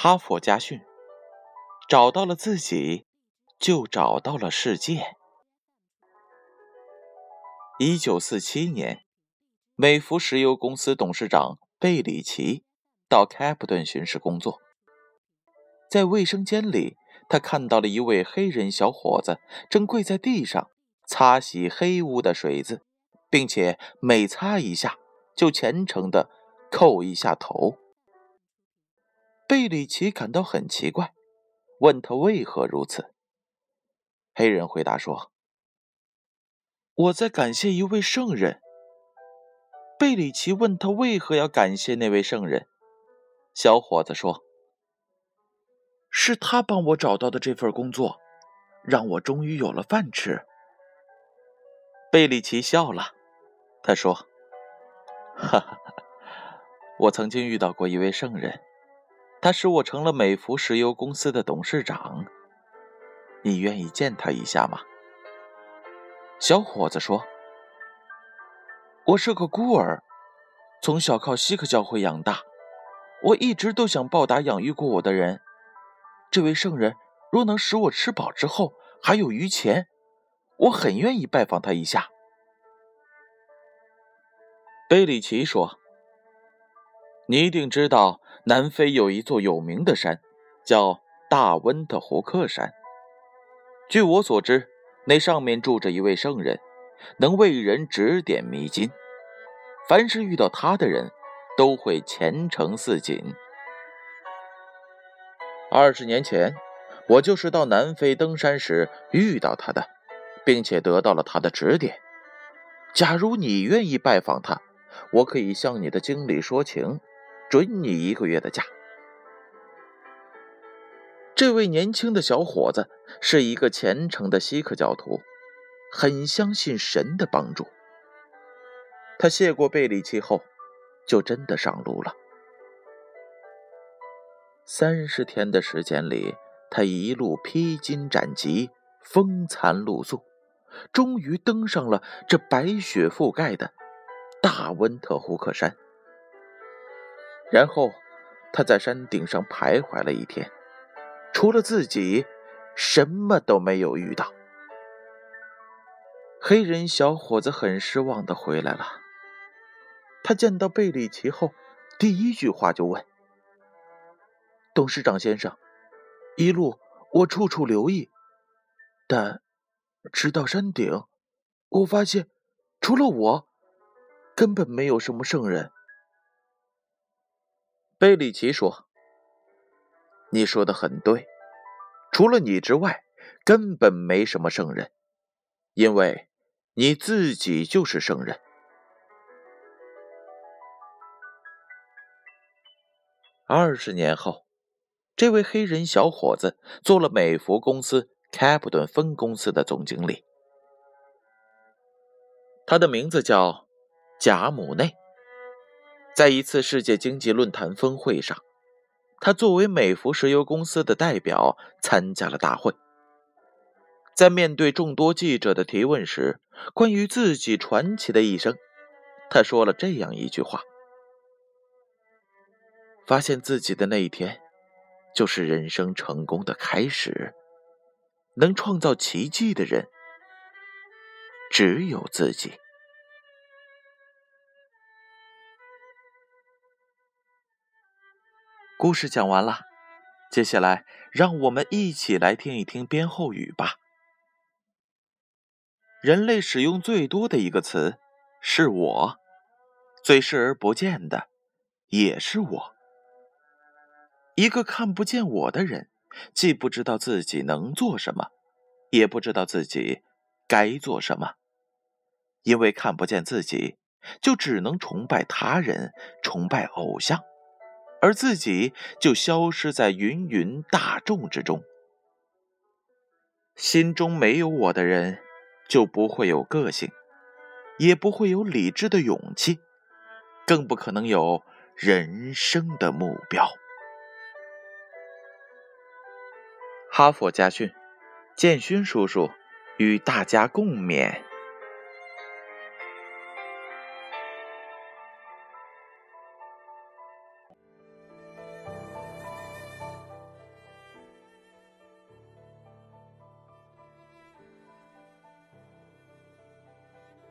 哈佛家训：找到了自己，就找到了世界。1947年，美孚石油公司董事长贝里奇到开普敦巡视工作。在卫生间里，他看到了一位黑人小伙子正跪在地上擦洗黑污的水渍，并且每擦一下就虔诚地叩一下头。贝里奇感到很奇怪，问他为何如此。黑人回答说：我在感谢一位圣人。贝里奇问他为何要感谢那位圣人。小伙子说：是他帮我找到的这份工作，让我终于有了饭吃。贝里奇笑了，他说：哈哈，我曾经遇到过一位圣人，他使我成了美孚石油公司的董事长。你愿意见他一下吗？小伙子说：我是个孤儿，从小靠锡克教会养大，我一直都想报答养育过我的人。这位圣人若能使我吃饱之后还有余钱，我很愿意拜访他一下。贝里奇说：你一定知道南非有一座有名的山，叫大温特胡克山。据我所知，那上面住着一位圣人，能为人指点迷津，凡是遇到他的人都会虔诚似锦。20年前，我就是到南非登山时遇到他的，并且得到了他的指点。假如你愿意拜访他，我可以向你的经理说情，准你1个月的假。这位年轻的小伙子是一个虔诚的锡克教徒，很相信神的帮助。他谢过贝里奇后，就真的上路了。30天的时间里，他一路披荆斩棘，风餐露宿，终于登上了这白雪覆盖的大温特胡克山。然后他在山顶上徘徊了1天，除了自己，什么都没有遇到。黑人小伙子很失望地回来了。他见到贝里奇后，第一句话就问：董事长先生，一路我处处留意，但直到山顶，我发现除了我，根本没有什么圣人。贝里奇说：你说得很对，除了你之外，根本没什么圣人，因为你自己就是圣人。20年后，这位黑人小伙子做了美孚公司开普敦分公司的总经理，他的名字叫贾姆内。在一次世界经济论坛峰会上，他作为美孚石油公司的代表参加了大会。在面对众多记者的提问时，关于自己传奇的一生，他说了这样一句话：发现自己的那一天，就是人生成功的开始。能创造奇迹的人，只有自己。故事讲完了，接下来让我们一起来听一听编后语吧。人类使用最多的一个词是我，最视而不见的也是我。一个看不见我的人，既不知道自己能做什么，也不知道自己该做什么。因为看不见自己，就只能崇拜他人，崇拜偶像，而自己就消失在芸芸大众之中。心中没有我的人，就不会有个性，也不会有理智的勇气，更不可能有人生的目标。哈佛家训，建勋叔叔与大家共勉。